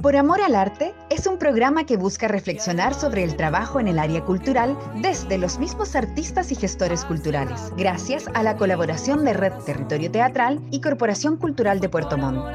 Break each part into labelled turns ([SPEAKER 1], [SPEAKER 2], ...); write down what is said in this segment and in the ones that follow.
[SPEAKER 1] Por Amor al Arte es un programa que busca reflexionar sobre el trabajo en el área cultural desde los mismos artistas y gestores culturales, gracias a la colaboración de Red Territorio Teatral y Corporación Cultural de Puerto Montt.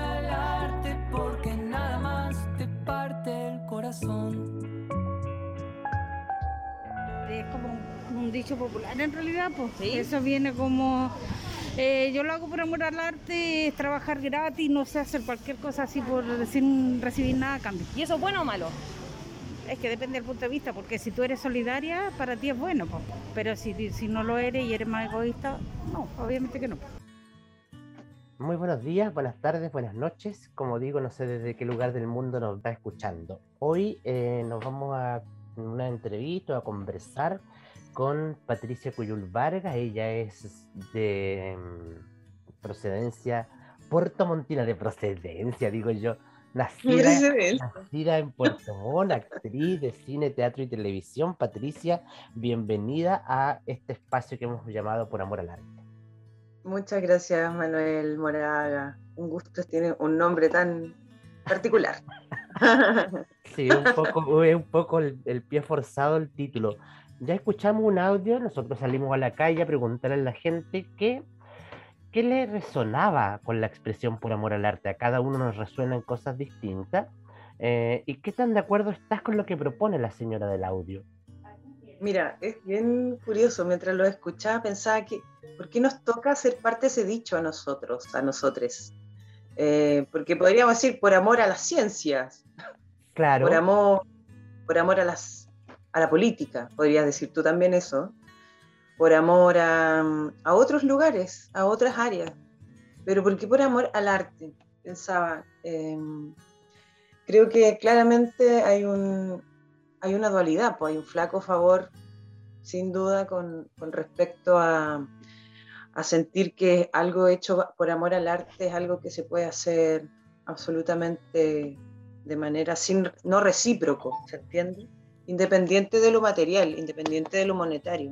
[SPEAKER 2] Es como un dicho popular en realidad, pues
[SPEAKER 3] ¿Sí?
[SPEAKER 2] Eso viene como... yo lo hago por amor al arte, es trabajar gratis, no sé, hacer cualquier cosa así sin recibir nada a cambio.
[SPEAKER 3] ¿Y eso es bueno o malo?
[SPEAKER 2] Es que depende del punto de vista, porque si tú eres solidaria, para ti es bueno, pues. Pero si no lo eres y eres más egoísta, no, obviamente que no.
[SPEAKER 4] Muy buenos días, buenas tardes, buenas noches. Como digo, no sé desde qué lugar del mundo nos va escuchando. Hoy nos vamos a una entrevista, a conversar con Patricia Cuyul Vargas. Ella es de procedencia puertomontina, de procedencia, digo yo. Nacida en Puerto Montt, actriz de cine, teatro y televisión. Patricia, bienvenida a este espacio que hemos llamado Por Amor al Arte.
[SPEAKER 5] Muchas gracias, Manuel Moraga. Un gusto, tiene un nombre tan particular.
[SPEAKER 4] Sí, un poco el pie forzado el título. Ya escuchamos un audio, nosotros salimos a la calle a preguntarle a la gente qué le resonaba con la expresión por amor al arte. A cada uno nos resuenan cosas distintas. ¿Y qué tan de acuerdo estás con lo que propone la señora del audio?
[SPEAKER 5] Mira, es bien curioso. Mientras lo escuchaba pensaba que ¿por qué nos toca ser parte de ese dicho a nosotros, a nosotres? Porque podríamos decir por amor a las ciencias,
[SPEAKER 4] Claro.
[SPEAKER 5] por amor a la política, podrías decir tú también eso, por amor a otros lugares, a otras áreas, pero ¿por qué por amor al arte? Pensaba, creo que claramente hay una dualidad, pues hay un flaco favor, sin duda, con respecto a sentir que algo hecho por amor al arte es algo que se puede hacer absolutamente de manera no recíproco, ¿se entiende? Independiente de lo material, independiente de lo monetario.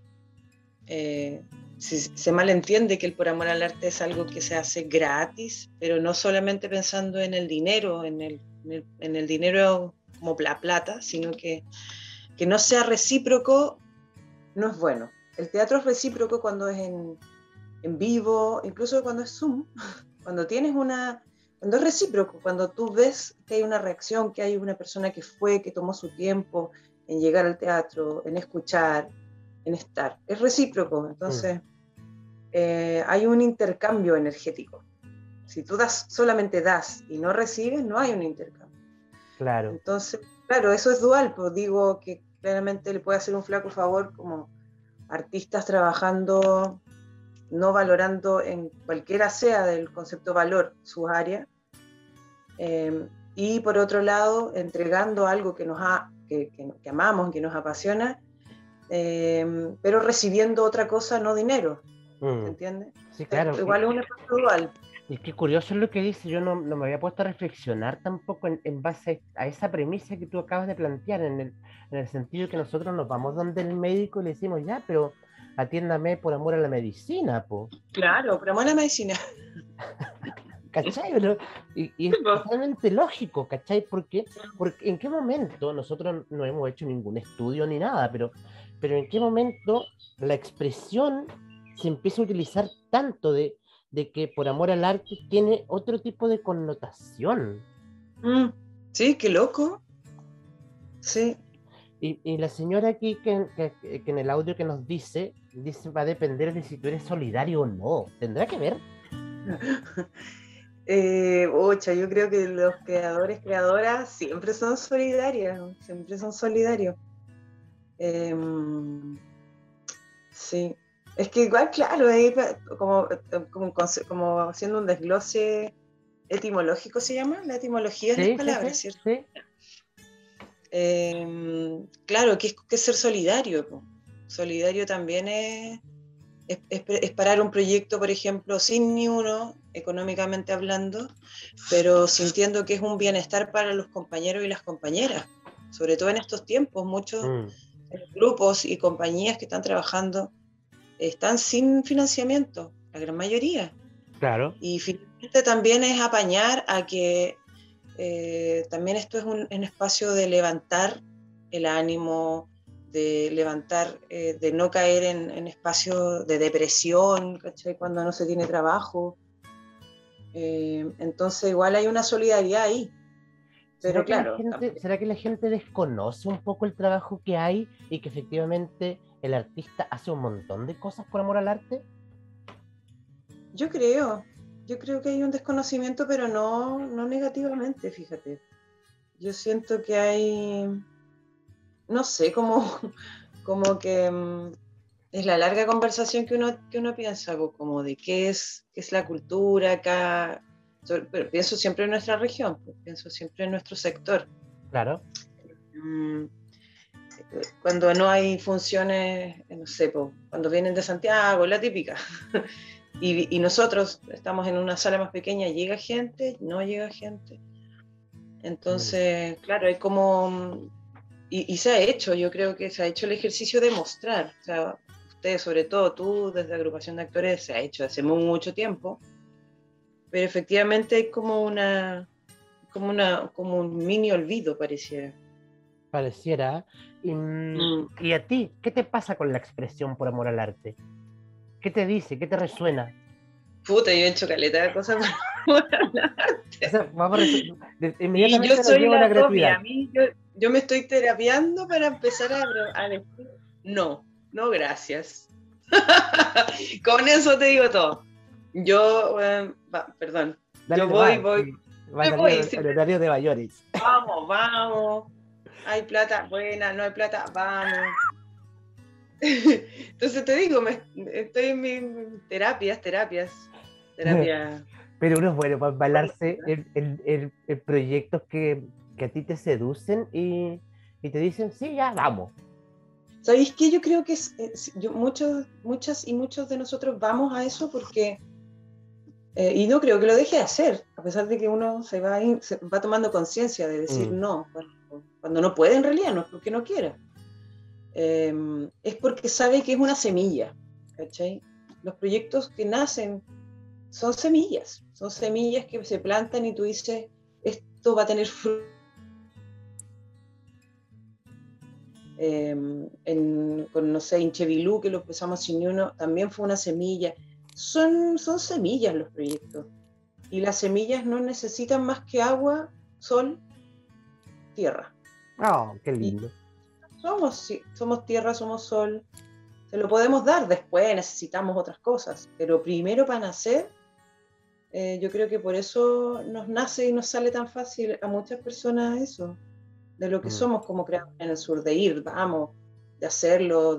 [SPEAKER 5] Se malentiende que el por amor al arte es algo que se hace gratis, pero no solamente pensando en el dinero, en el dinero como la plata, sino que no sea recíproco no es bueno. El teatro es recíproco cuando es en vivo, incluso cuando es Zoom, cuando es recíproco, cuando tú ves que hay una reacción, que hay una persona que tomó su tiempo en llegar al teatro, en escuchar, en estar. Es recíproco, entonces hay un intercambio energético. Si tú solamente das y no recibes, no hay un intercambio.
[SPEAKER 4] Claro.
[SPEAKER 5] Entonces, claro, eso es dual, pues digo que claramente le puede hacer un flaco favor como artistas trabajando, no valorando en cualquiera sea del concepto valor sus áreas, y por otro lado entregando algo que amamos, que nos apasiona, pero recibiendo otra cosa, no dinero. ¿Se entiende?
[SPEAKER 4] Sí, claro.
[SPEAKER 5] Igual es un efecto dual.
[SPEAKER 4] Y qué curioso es lo que dice. Yo no me había puesto a reflexionar tampoco en base a esa premisa que tú acabas de plantear, en el sentido que nosotros nos vamos donde el médico y le decimos, ya, pero atiéndame por amor a la medicina, po.
[SPEAKER 5] Claro, por amor a la medicina.
[SPEAKER 4] ¿Cachai? Y es totalmente lógico, ¿cachai? Porque ¿en qué momento nosotros no hemos hecho ningún estudio ni nada, pero en qué momento la expresión se empieza a utilizar tanto de que por amor al arte tiene otro tipo de connotación?
[SPEAKER 5] Sí, qué loco. Sí.
[SPEAKER 4] Y la señora aquí que en el audio que nos dice va a depender de si tú eres solidario o no. ¿Tendrá que ver?
[SPEAKER 5] Yo creo que los creadoras siempre son solidarias, siempre son solidarios. Sí, es que igual, claro, como haciendo un desglose etimológico, se llama, la etimología de las palabras,
[SPEAKER 4] sí,
[SPEAKER 5] ¿cierto?
[SPEAKER 4] Sí.
[SPEAKER 5] Claro, que es ser solidario, po. Solidario también es parar un proyecto, por ejemplo, sin ni uno, económicamente hablando, pero sintiendo que es un bienestar para los compañeros y las compañeras, sobre todo en estos tiempos. Muchos grupos y compañías que están trabajando están sin financiamiento, la gran mayoría.
[SPEAKER 4] Claro.
[SPEAKER 5] Y finalmente también es apañar a que también esto es un espacio de levantar el ánimo, de levantar, de no caer en espacios de depresión, ¿cachai? Cuando no se tiene trabajo. Entonces igual hay una solidaridad ahí. Pero claro,
[SPEAKER 4] ¿Será que la gente desconoce un poco el trabajo que hay y que efectivamente el artista hace un montón de cosas por amor al arte?
[SPEAKER 5] yo creo que hay un desconocimiento, pero no negativamente, fíjate. Yo siento que hay, no sé, como que es la larga conversación que uno piensa, como de qué es la cultura acá, pero pienso siempre en nuestra región, pues, pienso siempre en nuestro sector.
[SPEAKER 4] Claro.
[SPEAKER 5] Cuando no hay funciones, no sé, pues, cuando vienen de Santiago, la típica, y nosotros estamos en una sala más pequeña, llega gente, no llega gente. Entonces, claro, hay como... Y se ha hecho, yo creo que se ha hecho el ejercicio de mostrar, o sea, ustedes, sobre todo tú, desde la agrupación de actores, se ha hecho hace mucho tiempo, pero efectivamente hay como un mini olvido, pareciera.
[SPEAKER 4] Pareciera. ¿Y a ti? ¿Qué te pasa con la expresión por amor al arte? ¿Qué te dice? ¿Qué te resuena?
[SPEAKER 5] Puta, yo he hecho caleta de cosas por hablar.
[SPEAKER 4] O sea, vamos
[SPEAKER 5] Y yo soy la copia, a mí yo me estoy terapiando para empezar a decir no gracias. Con eso te digo todo. Yo, perdón,
[SPEAKER 4] dale,
[SPEAKER 5] yo voy.
[SPEAKER 4] El horario de Bayoris.
[SPEAKER 5] Vamos. Hay plata, buena, no hay plata, vamos. Entonces te digo, estoy en mis terapias.
[SPEAKER 4] Pero uno es bueno para embalarse en proyectos que a ti te seducen y te dicen, sí, ya, vamos.
[SPEAKER 5] ¿Sabéis qué? Yo creo que muchas y muchos de nosotros vamos a eso porque, y no creo que lo deje de hacer, a pesar de que uno se va tomando conciencia de decir no, cuando no puede en realidad, no es porque no quiera. Es porque sabe que es una semilla, ¿cachai? Los proyectos que nacen son semillas que se plantan y tú dices, esto va a tener fruto. Con, no sé, Inchevilú, que lo empezamos sin uno, también fue una semilla. Son semillas los proyectos. Y las semillas no necesitan más que agua, sol, tierra.
[SPEAKER 4] Oh, qué lindo.
[SPEAKER 5] Somos tierra, somos sol. Se lo podemos dar, después necesitamos otras cosas. Pero primero para nacer, yo creo que por eso nos nace y nos sale tan fácil a muchas personas eso. De lo que somos como creadores en el sur, de ir, vamos, de hacerlo,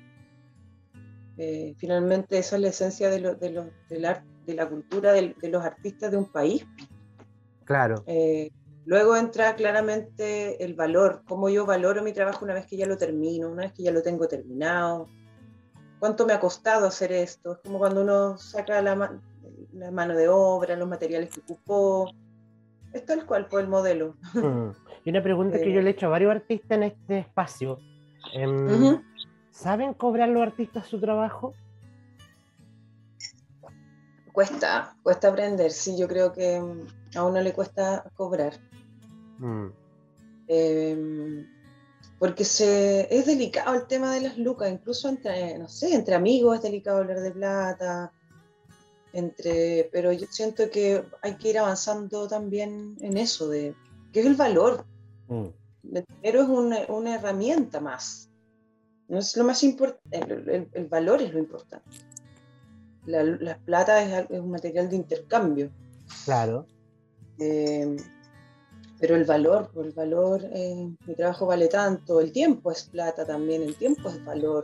[SPEAKER 5] finalmente esa es la esencia de la cultura de los artistas de un país.
[SPEAKER 4] Claro.
[SPEAKER 5] Luego entra claramente el valor, cómo yo valoro mi trabajo una vez que ya lo termino, una vez que ya lo tengo terminado, cuánto me ha costado hacer esto, es como cuando uno saca la mano de obra, los materiales que ocupó, es tal cual fue el modelo.
[SPEAKER 4] Y una pregunta que yo le he hecho a varios artistas en este espacio. ¿Saben cobrar los artistas su trabajo?
[SPEAKER 5] Cuesta aprender, sí, yo creo que a uno le cuesta cobrar. Porque es delicado el tema de las lucas, incluso entre amigos es delicado hablar de plata. Pero yo siento que hay que ir avanzando también en eso, de qué es el valor. El dinero es una herramienta más. No es lo más importante, el valor es lo importante. La plata es un material de intercambio.
[SPEAKER 4] Claro.
[SPEAKER 5] Pero el valor, mi trabajo vale tanto, el tiempo es plata también, el tiempo es valor.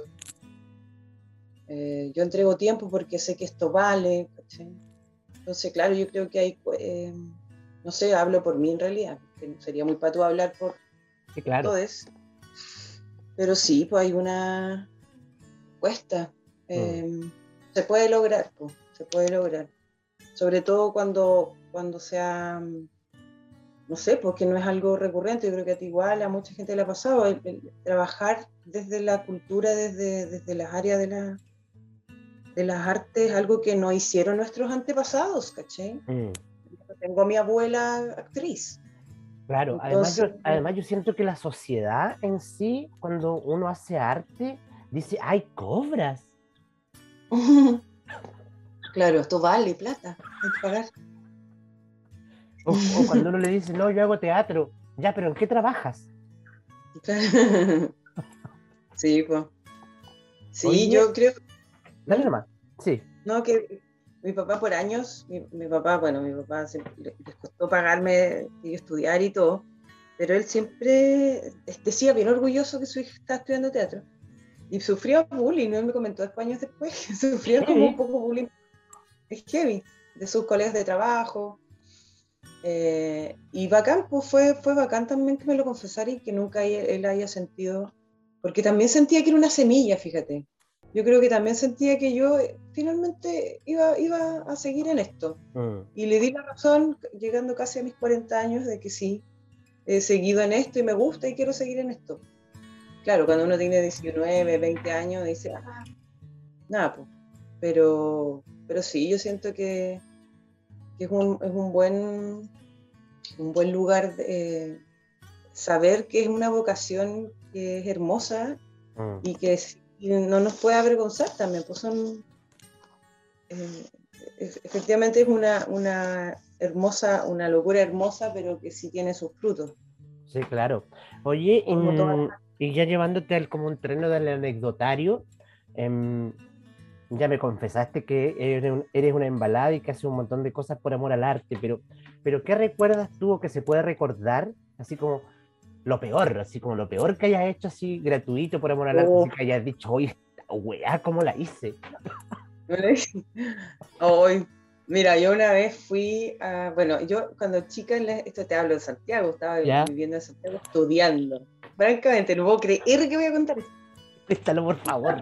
[SPEAKER 5] Yo entrego tiempo porque sé que esto vale, ¿cachai? Entonces, claro, yo creo que hay, no sé, hablo por mí en realidad, que sería muy pato hablar por todos, pero sí, pues hay una cuesta, se puede lograr, sobre todo cuando sea, no sé, porque no es algo recurrente. Yo creo que a ti igual, a mucha gente le ha pasado el trabajar desde la cultura, desde las áreas de las artes, algo que no hicieron nuestros antepasados, ¿cachai? Tengo a mi abuela actriz,
[SPEAKER 4] Claro,
[SPEAKER 5] Entonces,
[SPEAKER 4] además yo siento que la sociedad en sí, cuando uno hace arte, dice, ¡ay, cobras!
[SPEAKER 5] claro, esto vale plata, hay que pagar.
[SPEAKER 4] O cuando uno le dice, no, yo hago teatro, ya, pero ¿en qué trabajas?
[SPEAKER 5] Claro. Sí, pues. Sí,
[SPEAKER 4] Oye,
[SPEAKER 5] yo creo.
[SPEAKER 4] dale
[SPEAKER 5] ¿Mm?
[SPEAKER 4] nomás. Sí.
[SPEAKER 5] No, que mi papá por años, mi papá, bueno, mi papá les costó pagarme que yo estudiar y todo, pero él siempre decía bien orgulloso que su hija estaba estudiando teatro. Y sufría bullying, ¿no? Él me comentó después, años después, que sufría como un
[SPEAKER 4] Heavy.
[SPEAKER 5] poco bullying, es heavy, de sus colegas de trabajo. Y bacán, pues fue bacán también que me lo confesara y que nunca él haya sentido, porque también sentía que era una semilla, fíjate. Yo creo que también sentía que yo finalmente iba a seguir en esto.
[SPEAKER 4] Mm,
[SPEAKER 5] Y le di la razón, llegando casi a mis 40 años, de que sí, he seguido en esto y me gusta y quiero seguir en esto. Claro, cuando uno tiene 19, 20 años, dice, nada, pues. Pero sí, yo siento que un buen lugar de saber que es una vocación que es hermosa
[SPEAKER 4] mm.
[SPEAKER 5] y que y no nos puede avergonzar también, pues son, eh, efectivamente es una hermosa, una locura hermosa, pero que sí tiene sus frutos,
[SPEAKER 4] Sí, claro. Oye,
[SPEAKER 5] como todas.
[SPEAKER 4] y ya llevándote al como un terreno del anecdotario, em, ya me confesaste que eres una embalada y que haces un montón de cosas por amor al arte, pero ¿qué recuerdas tú o que se puede recordar? Así como lo peor, así como lo peor que hayas hecho así gratuito por amor al arte, así
[SPEAKER 5] Oh,
[SPEAKER 4] que hayas dicho, oye, esta weá, ¿cómo la hice?
[SPEAKER 5] hoy, mira, yo una vez fui a, bueno, yo cuando chica, esto te hablo de Santiago, estaba
[SPEAKER 4] Ya,
[SPEAKER 5] viviendo en Santiago estudiando. Francamente, no puedo creer que voy a contar esto.
[SPEAKER 4] préstalo por favor.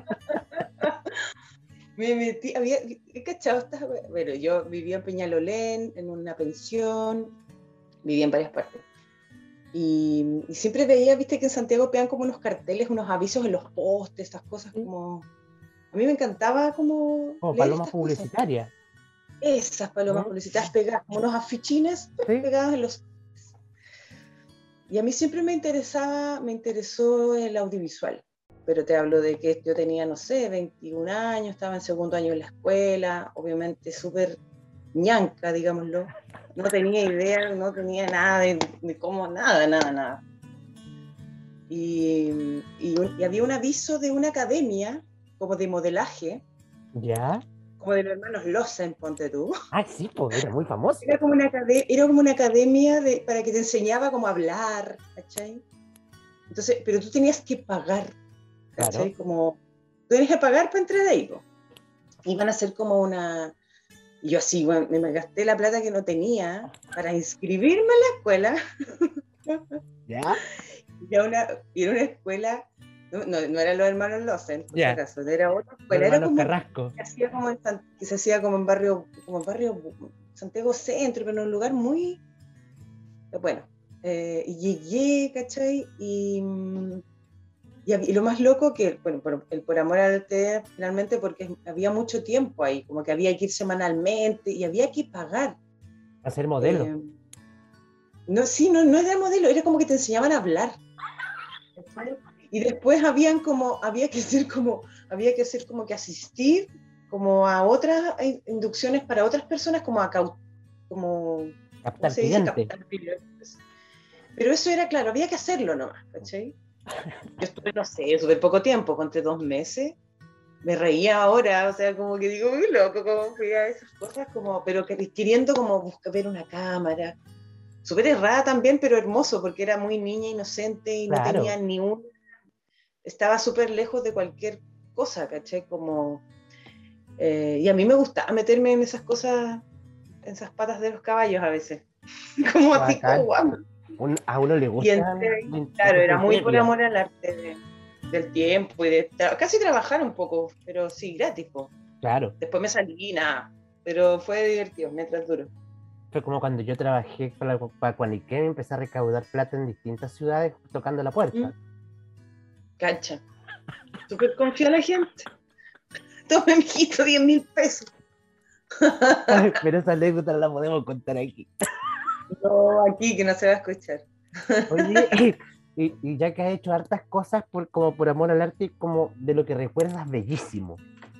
[SPEAKER 5] Me metí, ¿he cachado estas bueno, yo vivía en Peñalolén, en una pensión, vivía en varias partes. Y siempre veía, viste, que en Santiago pegan como unos carteles, unos avisos en los postes, estas cosas como... A mí me encantaba como
[SPEAKER 4] Como
[SPEAKER 5] leer
[SPEAKER 4] paloma
[SPEAKER 5] estas cosas.
[SPEAKER 4] publicitaria.
[SPEAKER 5] Esas palomas
[SPEAKER 4] ¿Mm?
[SPEAKER 5] publicitarias pegadas, como unos afichines
[SPEAKER 4] Sí,
[SPEAKER 5] pegadas en los... Y a mí siempre me interesó el audiovisual. Pero te hablo de que yo tenía, no sé, 21 años, estaba en segundo año en la escuela, obviamente súper ñanca, digámoslo. No tenía idea, no tenía nada de cómo, nada. Y había un aviso de una academia, como de modelaje,
[SPEAKER 4] ya.
[SPEAKER 5] como de los hermanos Loza en Ponte tú.
[SPEAKER 4] Ah, sí, pues era muy famoso.
[SPEAKER 5] Era como una academia para que te enseñaba cómo hablar, ¿cachai? Entonces, pero tú tenías que pagar, ¿cachai?
[SPEAKER 4] Claro.
[SPEAKER 5] Como, tú tenías que pagar para entrar ahí, po. Iban a hacer como una... Y yo así, bueno, me gasté la plata que no tenía para inscribirme en la escuela.
[SPEAKER 4] ¿Ya?
[SPEAKER 5] Y era una escuela, no eran los hermanos Lozen, por si
[SPEAKER 4] Ya.
[SPEAKER 5] acaso, era otra
[SPEAKER 4] Los
[SPEAKER 5] escuela, era
[SPEAKER 4] hermanos
[SPEAKER 5] como
[SPEAKER 4] Carrasco.
[SPEAKER 5] que se hacía como en barrio Santiago Centro, pero en un lugar muy, bueno, y llegué, ¿cachai? Y lo más loco que, bueno, por amor al arte, finalmente, porque había mucho tiempo ahí, como que había que ir semanalmente y había que pagar.
[SPEAKER 4] A ser modelo.
[SPEAKER 5] No, sí, no era modelo, era como que te enseñaban a hablar. ¿Cachai? Y después había que hacer como que asistir como a otras inducciones para otras personas, como, ¿cómo
[SPEAKER 4] Captar
[SPEAKER 5] se dice?
[SPEAKER 4] cliente.
[SPEAKER 5] Captar clientes. Pero eso era claro, había que hacerlo nomás, ¿cachai? Yo estuve, no sé, súper poco tiempo, conté 2 meses, me reía ahora, o sea, como que digo, muy loco, como fui a esas cosas, como, pero queriendo como buscar ver una cámara, súper errada también, pero hermoso, porque era muy niña, inocente, y no tenía
[SPEAKER 4] Claro.
[SPEAKER 5] estaba súper lejos de cualquier cosa, ¿cachai? Como, y a mí me gustaba meterme en esas cosas, en esas patas de los caballos a veces, como así, como
[SPEAKER 4] Bacán.
[SPEAKER 5] guau.
[SPEAKER 4] A uno le
[SPEAKER 5] Y
[SPEAKER 4] gusta
[SPEAKER 5] entré ahí,
[SPEAKER 4] la
[SPEAKER 5] claro, era muy por
[SPEAKER 4] intemperie.
[SPEAKER 5] amor al arte del tiempo y casi trabajar un poco, pero sí, gratis, po.
[SPEAKER 4] Claro.
[SPEAKER 5] Después me salí y nada, pero fue divertido mientras duró.
[SPEAKER 4] Fue como cuando yo trabajé para Cuaniquem y empecé a recaudar plata en distintas ciudades tocando la
[SPEAKER 5] ¿Mm?
[SPEAKER 4] puerta.
[SPEAKER 5] Cancha. Súper confía la gente. Tome, mijito, 10.000 pesos.
[SPEAKER 4] Pero esa anécdota no la podemos contar aquí.
[SPEAKER 5] No, aquí que no se va a escuchar.
[SPEAKER 4] Oye, y ya que has hecho hartas cosas como por amor al arte, como de lo que recuerdas bellísimo.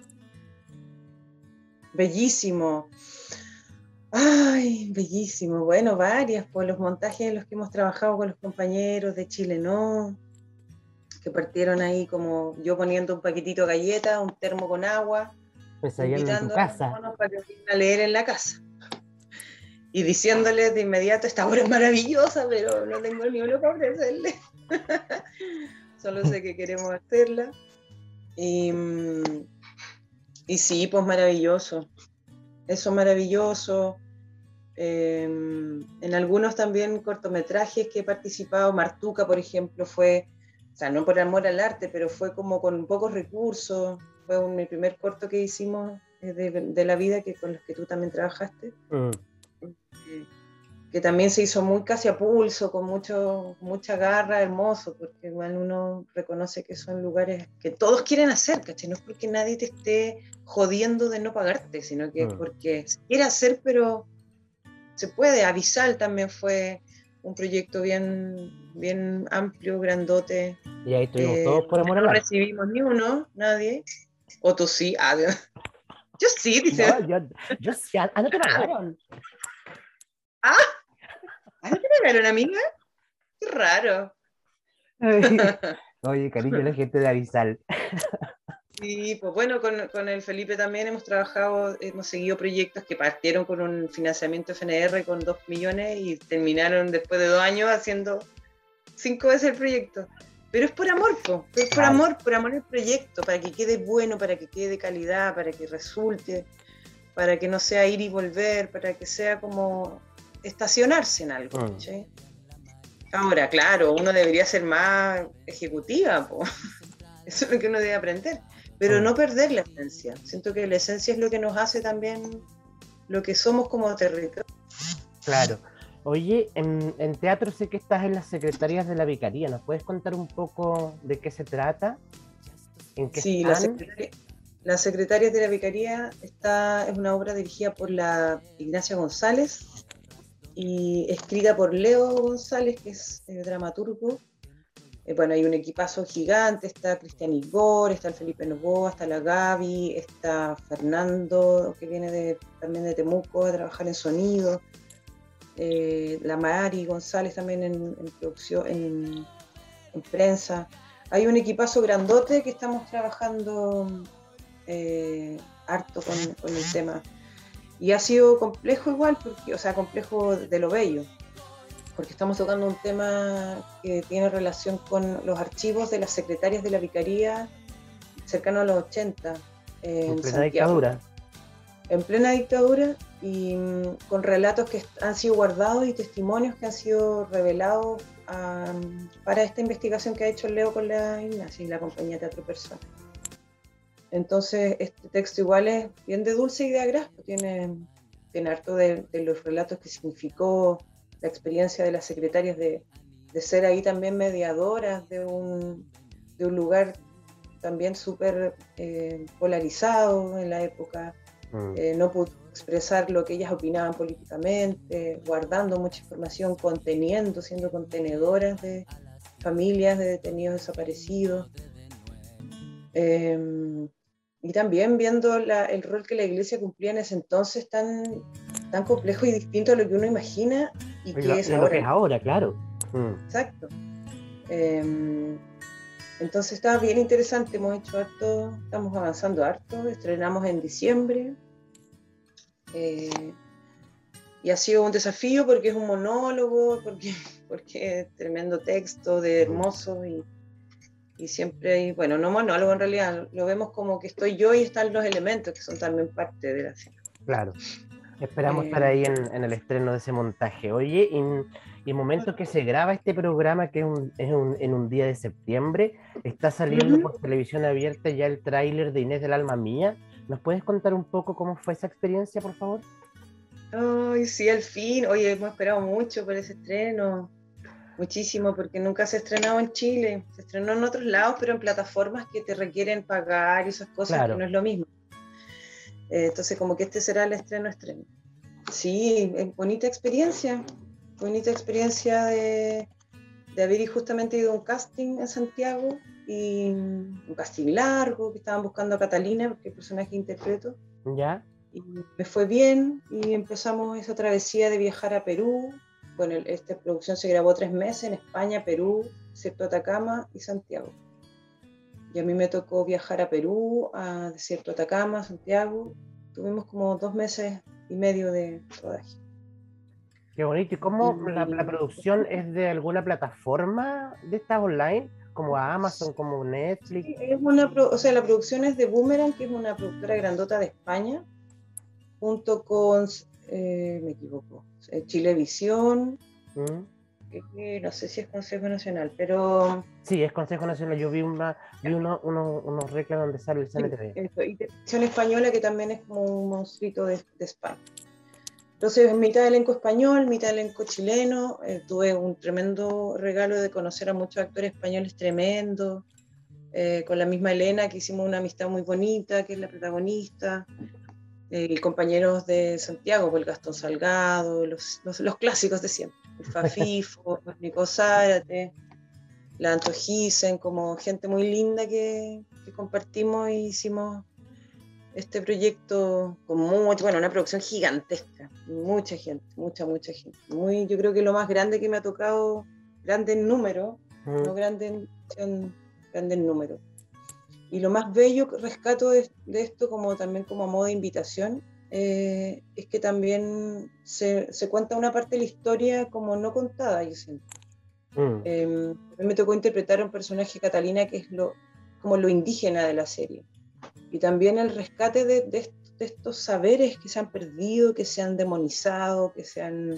[SPEAKER 5] Bellísimo. Ay, bellísimo. Bueno, varias, por los montajes en los que hemos trabajado con los compañeros de Chile, ¿no? Que partieron ahí como yo poniendo un paquetito de galletas, un termo con agua,
[SPEAKER 4] Ensayando en tu
[SPEAKER 5] invitando a los
[SPEAKER 4] casa.
[SPEAKER 5] monos para que vayan a leer en la casa. Y diciéndoles de inmediato, esta obra es maravillosa, pero no tengo ni uno para ofrecerle. Solo sé que queremos hacerla. Y sí, pues maravilloso. Eso maravilloso. En algunos también cortometrajes que he participado, Martuca, por ejemplo, fue, o sea, no por amor al arte, pero fue como con pocos recursos. Fue mi primer corto que hicimos de la vida, con los que tú también trabajaste. Que también se hizo muy casi a pulso, con mucha garra, hermoso, porque igual uno reconoce que son lugares que todos quieren hacer, ¿cachai? No es porque nadie te esté jodiendo de no pagarte, sino que es porque se quiere hacer, pero se puede. Avisal también fue un proyecto bien amplio, grandote.
[SPEAKER 4] Y ahí estuvimos todos por amor al
[SPEAKER 5] No
[SPEAKER 4] arte.
[SPEAKER 5] recibimos ni uno, nadie. O tú sí, yo sí, dice.
[SPEAKER 4] No, yo sí, no te pagaron.
[SPEAKER 5] ¿No te pagaron, amiga? Qué raro.
[SPEAKER 4] Oye, cariño, la gente de Avisal.
[SPEAKER 5] Sí, pues bueno, con el Felipe también hemos trabajado, hemos seguido proyectos que partieron con un financiamiento FNR con 2 millones y terminaron después de 2 años haciendo 5 veces el proyecto. Pero es por amor, es por amor al proyecto, para que quede bueno, para que quede de calidad, para que resulte, para que no sea ir y volver, para que sea como estacionarse en algo. ¿Sí? Ahora, claro, uno debería ser más ejecutiva, po. Eso es lo que uno debe aprender. Pero no perder la esencia. Siento que la esencia es lo que nos hace también lo que somos como territorio.
[SPEAKER 4] Claro. Oye, en teatro sé que estás en las secretarías de la Vicaría. ¿Nos puedes contar un poco de qué se trata? ¿En qué
[SPEAKER 5] Sí,
[SPEAKER 4] están?
[SPEAKER 5] la Secretaria de la Vicaría es una obra dirigida por la Ignacia González y escrita por Leo González, que es dramaturgo. Bueno, hay un equipazo gigante, está Cristian Igor, está el Felipe Novoa, está la Gaby, está Fernando, que viene también de Temuco a trabajar en sonido, la Mari González también en producción, en prensa. Hay un equipazo grandote que estamos trabajando harto con el tema. Y ha sido complejo igual, complejo de lo bello, porque estamos tocando un tema que tiene relación con los archivos de las secretarias de la Vicaría cercano a los 80.
[SPEAKER 4] En plena dictadura.
[SPEAKER 5] En plena dictadura y con relatos que han sido guardados y testimonios que han sido revelados para esta investigación que ha hecho Leo con la Ignacia y la compañía Teatro Persona. Entonces, este texto igual es bien de dulce y de agraz, tiene harto de los relatos que significó la experiencia de las secretarias de ser ahí también mediadoras de un lugar también súper polarizado en la época, no pudo expresar lo que ellas opinaban políticamente, guardando mucha información, siendo contenedoras de familias de detenidos desaparecidos. Y también viendo el rol que la iglesia cumplía en ese entonces tan complejo y distinto a lo que uno imagina y que es ahora.
[SPEAKER 4] Lo que es ahora, claro.
[SPEAKER 5] Exacto. Entonces estaba bien interesante, hemos hecho harto, estamos avanzando harto, estrenamos en diciembre y ha sido un desafío porque es un monólogo, porque es tremendo texto de hermoso y siempre hay, bueno, no monólogo en realidad, lo vemos como que estoy yo y están los elementos que son también parte de la escena.
[SPEAKER 4] Claro. Esperamos estar ahí en el estreno de ese montaje. Oye, y el momento que se graba este programa, que en un día de septiembre, está saliendo por televisión abierta ya el tráiler de Inés del Alma Mía. ¿Nos puedes contar un poco cómo fue esa experiencia, por favor?
[SPEAKER 5] Ay, sí, al fin. Oye, hemos esperado mucho por ese estreno. Muchísimo, porque nunca se ha estrenado en Chile. Se estrenó en otros lados, pero en plataformas que te requieren pagar y esas cosas, claro, que no es lo mismo. Entonces, como que este será el estreno. Sí, bonita experiencia de haber justamente ido a un casting en Santiago, y un casting largo, que estaban buscando a Catalina, porque el personaje que interpreto.
[SPEAKER 4] ¿Ya?
[SPEAKER 5] Y me fue bien, y empezamos esa travesía de viajar a Perú. Bueno, esta producción se grabó 3 meses en España, Perú, Desierto de Atacama y Santiago. Y a mí me tocó viajar a Perú, a Desierto de Atacama, Santiago. Tuvimos como 2 meses y medio de rodaje.
[SPEAKER 4] Qué bonito. ¿Y cómo la producción es de alguna plataforma de estas online? Como Amazon, como Netflix.
[SPEAKER 5] Sí, o sea, la producción es de Boomerang, que es una productora grandota de España, junto con, me equivoco, Chilevisión,
[SPEAKER 4] ¿Mm?
[SPEAKER 5] no sé si es Consejo Nacional, pero
[SPEAKER 4] Sí, es Consejo Nacional. Yo vi unos reclamos donde sale el
[SPEAKER 5] sí,
[SPEAKER 4] CNTV.
[SPEAKER 5] eso, y Televisión Española, que también es como un monstruito de España. Entonces, mitad elenco español, mitad elenco chileno. Tuve un tremendo regalo de conocer a muchos actores españoles tremendos, con la misma Elena, que hicimos una amistad muy bonita, que es la protagonista. Y compañeros de Santiago, pues el Gastón Salgado, los clásicos de siempre. El Fafifo, Nico Zárate, la Anto Gisen, como gente muy linda que compartimos y hicimos este proyecto con una producción gigantesca, mucha gente, mucha gente. Yo creo que lo más grande que me ha tocado, grande en número, no grande en producción, grande en número. Y lo más bello que rescato de esto, como también como a modo de invitación, es que también se cuenta una parte de la historia como no contada, yo siento. A mí me tocó interpretar a un personaje, Catalina, que es como lo indígena de la serie. Y también el rescate de estos saberes que se han perdido, que se han demonizado, que se han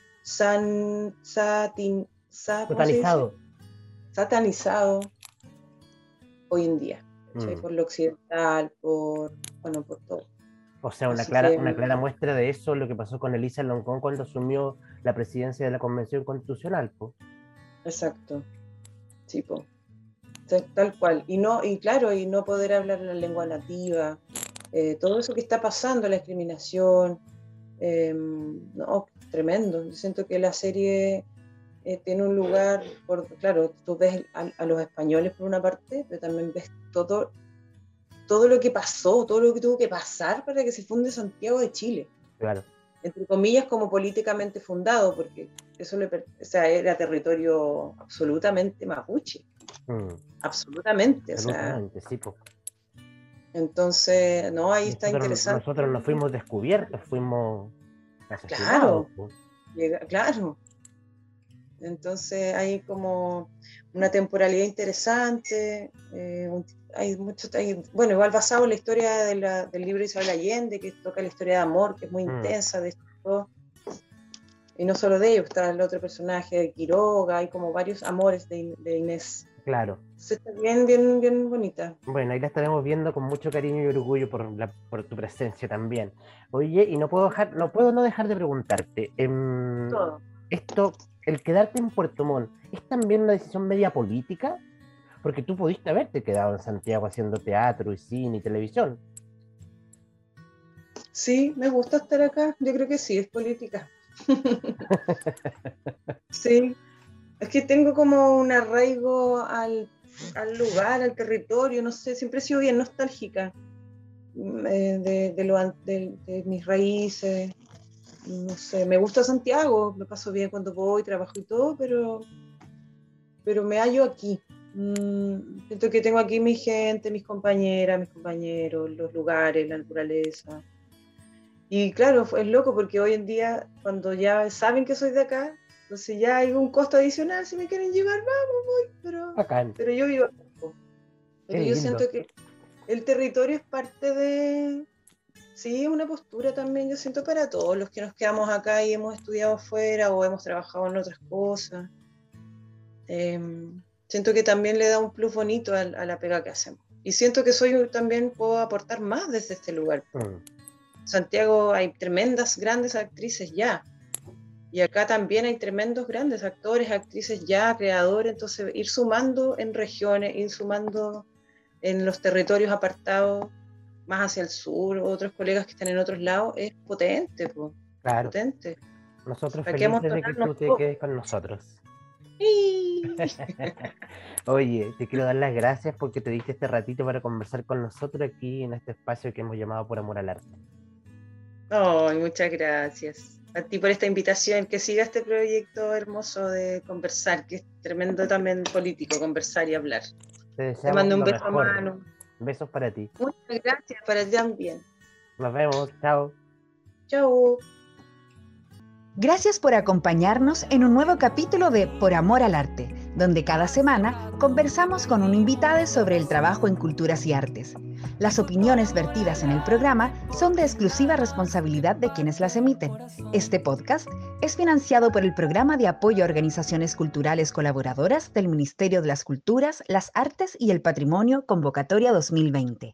[SPEAKER 5] satanizado hoy en día, por lo occidental, por todo.
[SPEAKER 4] O sea, una
[SPEAKER 5] Así
[SPEAKER 4] clara
[SPEAKER 5] que,
[SPEAKER 4] muestra de eso, lo que pasó con Elisa Loncón cuando asumió la presidencia de la Convención Constitucional, po.
[SPEAKER 5] exacto, sí, po. Tal cual. Y claro, y no poder hablar la lengua nativa, todo eso que está pasando, la discriminación, no, tremendo. Yo siento que la serie tiene un lugar, claro, tú ves a los españoles por una parte, pero también ves todo lo que pasó, todo lo que tuvo que pasar para que se funde Santiago de Chile.
[SPEAKER 4] Claro.
[SPEAKER 5] Entre comillas, como políticamente fundado, porque eso era territorio absolutamente mapuche. Absolutamente,
[SPEAKER 4] Absolutamente, sí, po.
[SPEAKER 5] Entonces, no, ahí está interesante.
[SPEAKER 4] Nosotros no fuimos descubiertos, fuimos asesinados,
[SPEAKER 5] Claro,
[SPEAKER 4] po.
[SPEAKER 5] claro. Entonces hay como una temporalidad interesante, bueno, igual basado en la historia del libro de Isabel Allende, que toca la historia de amor, que es muy intensa de esto. Y no solo de ellos, está el otro personaje de Quiroga, hay como varios amores de Inés.
[SPEAKER 4] Claro.
[SPEAKER 5] Está bien bonita.
[SPEAKER 4] Bueno, ahí la estaremos viendo con mucho cariño y orgullo por tu presencia también. Oye, y no puedo no dejar de preguntarte,
[SPEAKER 5] Todo.
[SPEAKER 4] el quedarte en Puerto Montt, ¿es también una decisión media política? Porque tú pudiste haberte quedado en Santiago haciendo teatro y cine y televisión.
[SPEAKER 5] Sí, me gusta estar acá, yo creo que sí, es política. Sí, es que tengo como un arraigo al lugar, al territorio, no sé, siempre he sido bien nostálgica de mis raíces, no sé, me gusta Santiago, me paso bien cuando voy, trabajo y todo, pero me hallo aquí. Siento que tengo aquí mi gente, mis compañeras, mis compañeros, los lugares, la naturaleza. Y claro, es loco porque hoy en día, cuando ya saben que soy de acá, entonces ya hay un costo adicional, si me quieren llevar, vamos, voy, pero yo vivo acá. Pero yo siento que el territorio es parte de, sí, es una postura también, yo siento, para todos los que nos quedamos acá y hemos estudiado afuera o hemos trabajado en otras cosas. Siento que también le da un plus bonito a la pega que hacemos. Y siento que también puedo aportar más desde este lugar. Santiago hay tremendas, grandes actrices ya. Y acá también hay tremendos, grandes actores, actrices ya, creadores. Entonces, ir sumando en regiones, ir sumando en los territorios apartados, más hacia el sur, otros colegas que están en otros lados, es potente,
[SPEAKER 4] Claro.
[SPEAKER 5] potente.
[SPEAKER 4] Nosotros
[SPEAKER 5] ¿Para qué
[SPEAKER 4] felices de que
[SPEAKER 5] amontonarnos
[SPEAKER 4] tú te
[SPEAKER 5] todos?
[SPEAKER 4] quedes con nosotros. Oye, te quiero dar las gracias porque te diste este ratito para conversar con nosotros aquí en este espacio que hemos llamado Por Amor al Arte.
[SPEAKER 5] Ay, muchas gracias a ti por esta invitación, que siga este proyecto hermoso de conversar, que es tremendo también político, conversar y hablar.
[SPEAKER 4] Te
[SPEAKER 5] Te
[SPEAKER 4] deseamos
[SPEAKER 5] mando un
[SPEAKER 4] lo
[SPEAKER 5] beso,
[SPEAKER 4] mejor.
[SPEAKER 5] Manu.
[SPEAKER 4] Besos para ti.
[SPEAKER 5] Muchas gracias, para ti también.
[SPEAKER 4] Nos vemos. Chao.
[SPEAKER 5] Chau.
[SPEAKER 1] Gracias por acompañarnos en un nuevo capítulo de Por Amor al Arte, donde cada semana conversamos con un invitado sobre el trabajo en culturas y artes. Las opiniones vertidas en el programa son de exclusiva responsabilidad de quienes las emiten. Este podcast es financiado por el Programa de Apoyo a Organizaciones Culturales Colaboradoras del Ministerio de las Culturas, las Artes y el Patrimonio, Convocatoria 2020.